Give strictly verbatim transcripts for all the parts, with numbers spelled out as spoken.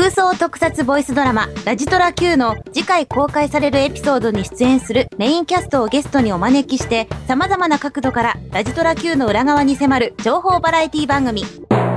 空想特撮ボイスドラマラジトラ Q の次回公開されるエピソードに出演するメインキャストをゲストにお招きして様々な角度からラジトラ Q の裏側に迫る情報バラエティ番組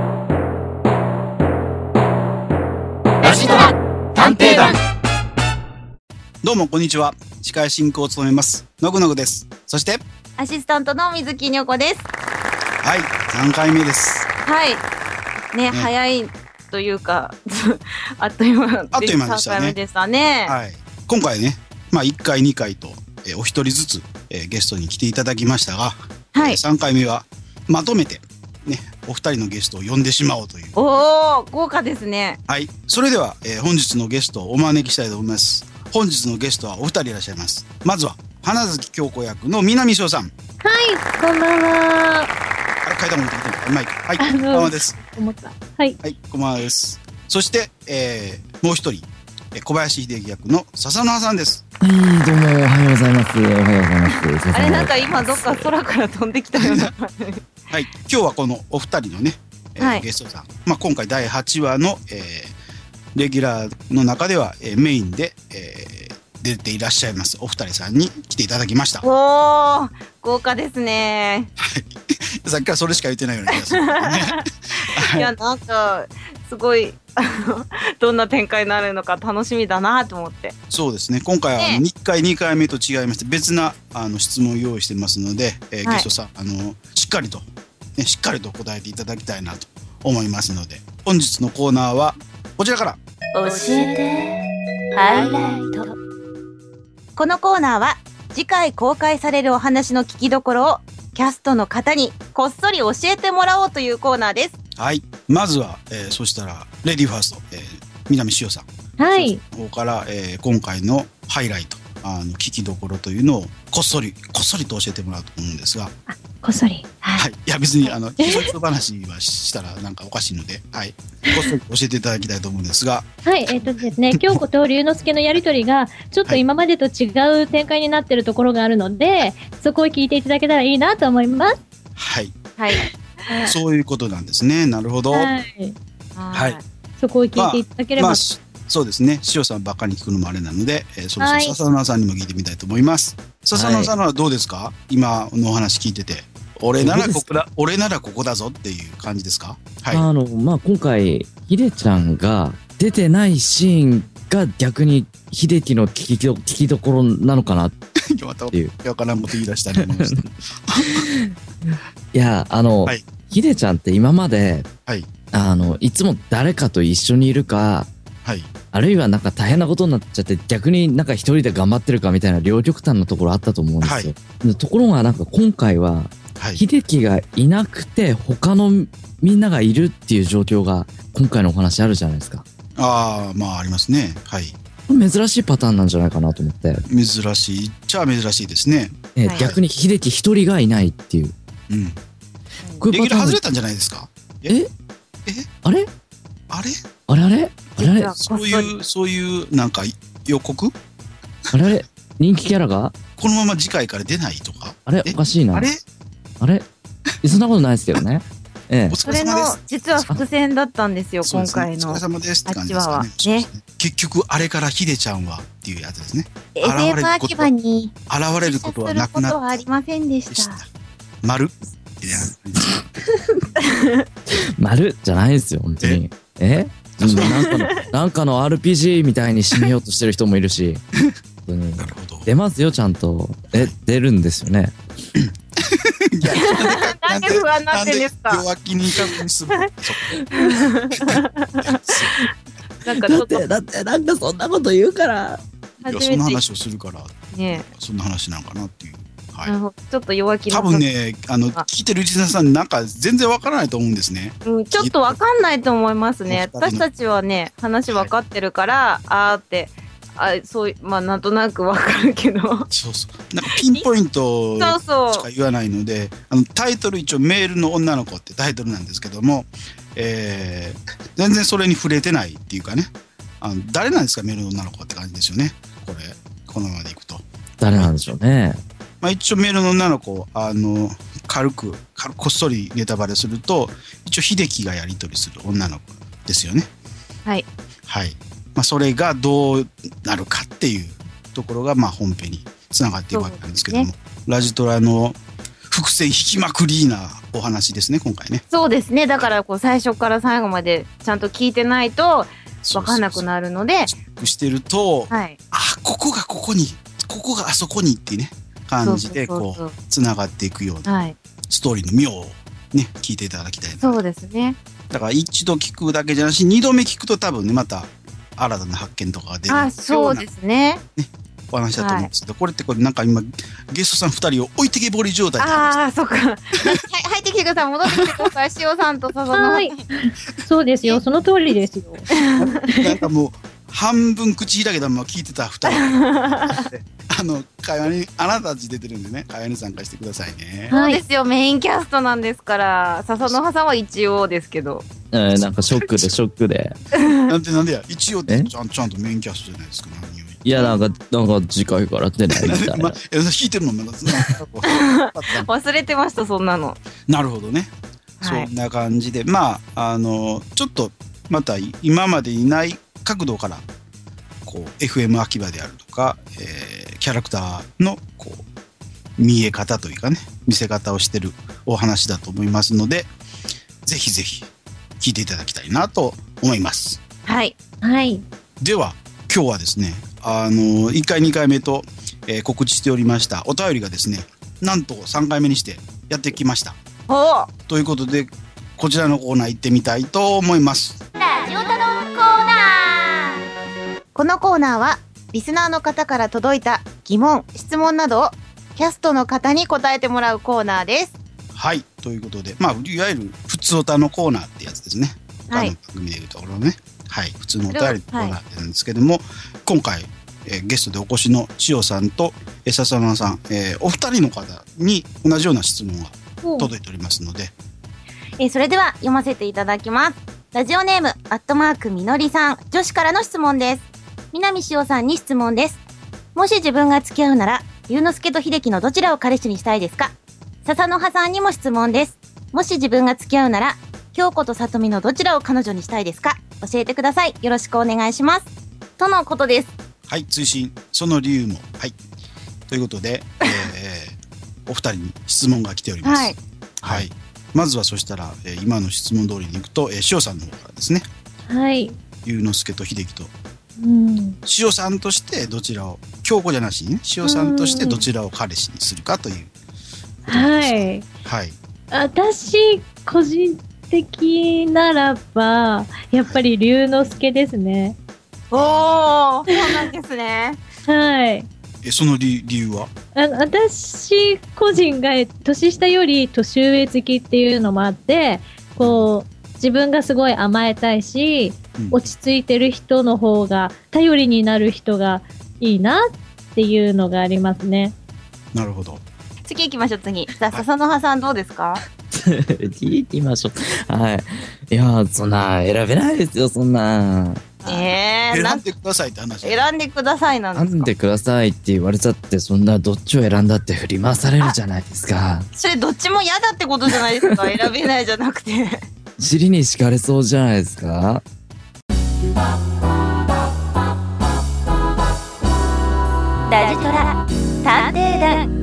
ラジトラ探偵団。 どうもこんにちは。司会進行を務めますのぐのぐです。そしてアシスタントの水木にょこです。 はいさんかいめです。 はいね、ね早いというかあっという間あっという間でしたね。 さんかいめでしたね。 はい、今回ね、まあ、いっかいにかいと、えー、お一人ずつ、えー、ゲストに来ていただきましたが、はいえー、さんかいめはまとめて、ね、お二人のゲストを呼んでしまおうという。 おー豪華ですね。 はい、それでは、えー、本日のゲストをお招きしたいと思います。本日のゲストはお二人いらっしゃいます。まずは花月京子役の南翔さん。 はいこんばんは。 あれ階段降りてきてるマイク。はいこんばんはです。 思ったはいはいこんばんはです。そして、えー、もう一人小林秀樹役の笹野さんです。 はいどうもおはようございます。おはようございます。 あれなんか今どっか空から飛んできたようなはい今日はこのお二人のね、えーはい、ゲストさん、まあ、今回だいはちわの、えー、レギュラーの中では、えー、メインで、えー、出ていらっしゃいますお二人さんに来ていただきました。 おー豪華ですね。 さっきからそれしか言ってないような気がする、ね、 いやなんかすごいどんな展開になるのか楽しみだなと思って。 そうですね今回は、ね、いっかいにかいめと違いまして別なあの質問を用意してますので、えーはい、ゲストさんあのしっかりと、ね、しっかりと答えていただきたいなと思いますので本日のコーナーはこちらから教えてハイライト。このコーナーは次回公開されるお話の聞きどころをキャストの方にこっそり教えてもらおうというコーナーです。 はいまずは、えー、そしたらレディーファースト、えー、南しおさんはいここから、えー、今回のハイライトあの聞きどころというのをこっそりこっそりと教えてもらうと思うんですがあこっそりはい、はい、いや別にあのひそひそ話はしたらなんかおかしいので、はい、こっそり教えていただきたいと思うんですがはいえっ、ー、とですね京子と龍之介のやりとりがちょっと今までと違う展開になってるところがあるので、はい、そこを聞いていただけたらいいなと思います。 はいはいそういうことなんですね。なるほど。はい。 はい、そこを聞いていただければ、まあまあ、 そうですね。塩さんばっかり聞くのもあれなので、えー、そろそろ笹野さんにも聞いてみたいと思います。はい、笹野さんはどうですか？今のお話聞いてて、俺ならここだ、俺ならここだぞっていう感じですか？はい。 あのまあ今回ヒデちゃんが出てないシーンが逆に秀樹の聞きど聞きどころなのかなっていう。 わからんこと言い出したり思いました。 いやあの。はいヒデちゃんって今まで、 はい、 あのいつも誰かと一緒にいるか、はい、あるいはなんか大変なことになっちゃって逆になんか一人で頑張ってるかみたいな両極端なところあったと思うんですよ。はい、ところがなんか今回は、はい、秀樹がいなくて他のみんながいるっていう状況が今回のお話あるじゃないですか。 ああまあありますね。はい。 珍しいパターンなんじゃないかなと思って。 珍しいっちゃ珍しいですね。 ね、はい、逆に秀樹一人がいないっていう。 うんレギュラー外れたんじゃないですか？ ええあれあれあれあれあれあれそういうそういうなんか予告あれあれ人気キャラがこのまま次回から出ないとかあれおかしいなあれあれそんなことないですけどね。ええ、 それの実は伏線だったんですよ今回のお疲れ様ですって感じですかね。ね結局あれからヒデちゃんはっていうやつですね。 エゼーム秋葉に現れることはなくなった。 はありませんでした。 丸丸じゃないですよ本当に。えなんかのなんかの アールピージー みたいに締めようとしてる人もいるし本当になるほど出ますよちゃんとえ出るんですよね。 なんで不安になってんですか？ 弱気に確認するなんかだってだってなんかそんなこと言うからいやそんな話をするからねそんな話なんかなっていう。はい、 ちょっと弱気な多分ねあの聞いてるリスナーさんなんか全然わからないと思うんですね、 うん、ちょっとわかんないと思いますね。私たちはね話分かってるから、はい、あーってあそうまあなんとなくわかるけどそうそうなんかピンポイントしか言わないのであのタイトル一応メールの女の子ってタイトルなんですけども、えー、全然それに触れてないっていうかねあの誰なんですかメールの女の子って感じですよね。これこのままでいくと誰なんでしょうね。 まあ、一応メールの女の子あの軽く軽くこっそりネタバレすると一応秀樹がやり取りする女の子ですよね。 はい。 はい。まあ、それがどうなるかっていうところが、まあ、本編につながっていくわけなんですけども、ね、ラジトラの伏線引きまくりなお話ですね、今回ね。 そうですね。だからこう最初から最後までちゃんと聞いてないと分かんなくなるので、 チェックしてると、はい、あ、ここがここに、ここがあそこにっていうね、感じでこうつながっていくようなストーリーの妙をね、聞いていただきたいな。 そうですね。 だから一度聞くだけじゃなし、二度目聞くと多分ね、また新たな発見とかが出るような。 あ、そうですね。 ね、お話だと思うんですけど、はい、これってこれなんか今ゲストさん二人を置いてけぼり状態で。 ああ、そっか。はい、入ってきてください。戻ってきてください。塩さんと笹野。はい。 そうですよ。その通りですよ。 なんかもう半分口開けたまま聞いてた二人。あの会話にあなたたち出てるんでね、会話に参加してくださいね。 そうですよ。メインキャストなんですから、笹野葉さんは一応ですけど。 えー、なんかショックでショックで。 なんでなんでや、一応ってちゃんちゃんとメインキャストじゃないですか。何をいや、なんか、なんか次回から出ないみたいな。ま、 弾いてるのまだ忘れてました、そんなの。なるほどね。はい、そんな感じで、まあ、あの、ちょっと、また今までにない角度から、こう、エフエム 秋葉であるとか、えー、キャラクターの、こう、見え方というかね、見せ方をしてるお話だと思いますので、ぜひぜひ、聞いていただきたいなと思います。 はい。 はい。 では、今日はですね、あのいっかいにかいめと、えー、告知しておりましたお便りがですね、なんとさんかいめにしてやってきました。 おということでこちらのコーナー行ってみたいと思います。 ラジオタのコーナー。このコーナーはリスナーの方から届いた疑問質問などをキャストの方に答えてもらうコーナーです。 はい、ということで、まあいわゆる普通おたのコーナーってやつですね。他の番組でいうところのね、はい、普通のお便りのコーナーなんですけども、はい、今回えー、ゲストでお越しの塩さんと笹野さん、えー、お二人の方に同じような質問が届いておりますので、 えー、それでは読ませていただきます。ラジオネームアットマークみのりさん、女子からの質問です。南塩さんに質問です。もし自分が付き合うなら龍之介と秀樹のどちらを彼氏にしたいですか？笹野葉さんにも質問です。もし自分が付き合うなら京子と里美のどちらを彼女にしたいですか？教えてください。よろしくお願いします。とのことです。 はい、追伸その理由も、はい、ということで、えー、お二人に質問が来ております。はい、はい、まずはそしたら、えー、今の質問通りにいくと、えー、塩さんの方からですね。 はい。 龍之介と秀樹と、 うん、 塩さんとしてどちらを、京子じゃなしにね、塩さんとしてどちらを彼氏にするかということなんです。はい。はい。 私個人的ならばやっぱり龍之介ですね。 おー、そうなんですね。 はい。 え、その 理, 理由はあの私個人が年下より年上好きっていうのもあって、こう自分がすごい甘えたいし、うん、落ち着いてる人の方が頼りになる人がいいなっていうのがありますね。 なるほど。 次行きましょう。次。じゃあ笹野葉さんどうですか？ 聞いてみましょう。はい。いやそんな選べないですよ、そんな。 えー、 選んでくださいって話。 選んでくださいなんですか？ 選んでくださいって言われちゃって、そんなどっちを選んだって振り回されるじゃないですか。 それどっちも嫌だってことじゃないですか。選べないじゃなくて。 尻に敷かれそうじゃないですか。 ラジトラ探偵団。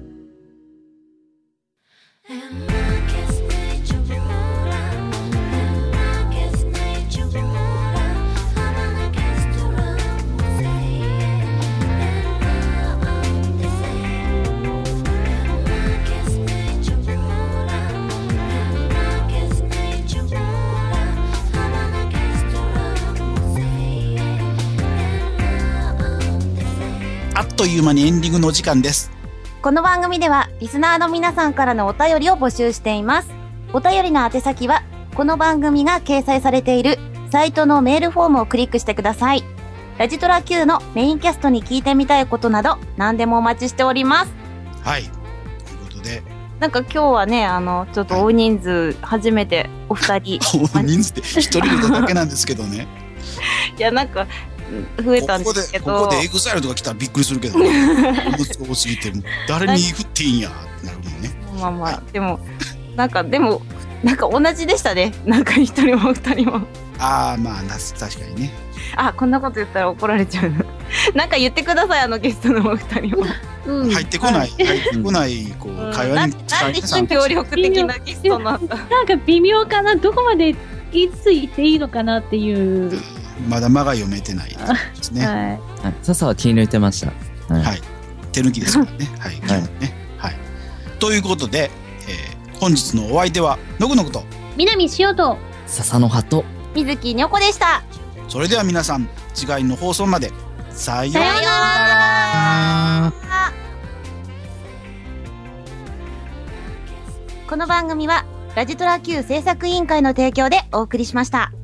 あっという間にエンディングのお時間です。 この番組ではリスナーの皆さんからのお便りを募集しています。お便りの宛先はこの番組が掲載されているサイトのメールフォームをクリックしてください。ラジトラ Q のメインキャストに聞いてみたいことなど何でもお待ちしております。 はい、ということでなんか今日はね、あのちょっと大人数初めてお二人、 大人数って一人いるだけなんですけどね。 いやなんか増えたんですけど、 ここでここでエグザイルとか来たらびっくりするけど、ね、多すぎて誰に振っていいんやってなるもんね。 まあまあ、はい、でもなんかでもなんか同じでしたね。なんか一人も二人もああ、まあ、確かにね。 あ、こんなこと言ったら怒られちゃうの。なんか言ってください、あのゲストのお二人も。 うん、入ってこない、入ってこない、こう、会話に使いなんで協力的なゲストなんだ。 なんか微妙かな、どこまでいつ言っていいのかなっていう。 まだ間が読めてないですね。 はい。 笹は気抜いてました。 はい。手抜きですからね。はい。はい。はい。ということで、えー、本日のお相手はのぐのぐと南しおと笹の葉と水木にょこでした。 それでは皆さん、次回の放送までさようなら。この番組はラジトラQ制作委員会の提供でお送りしました。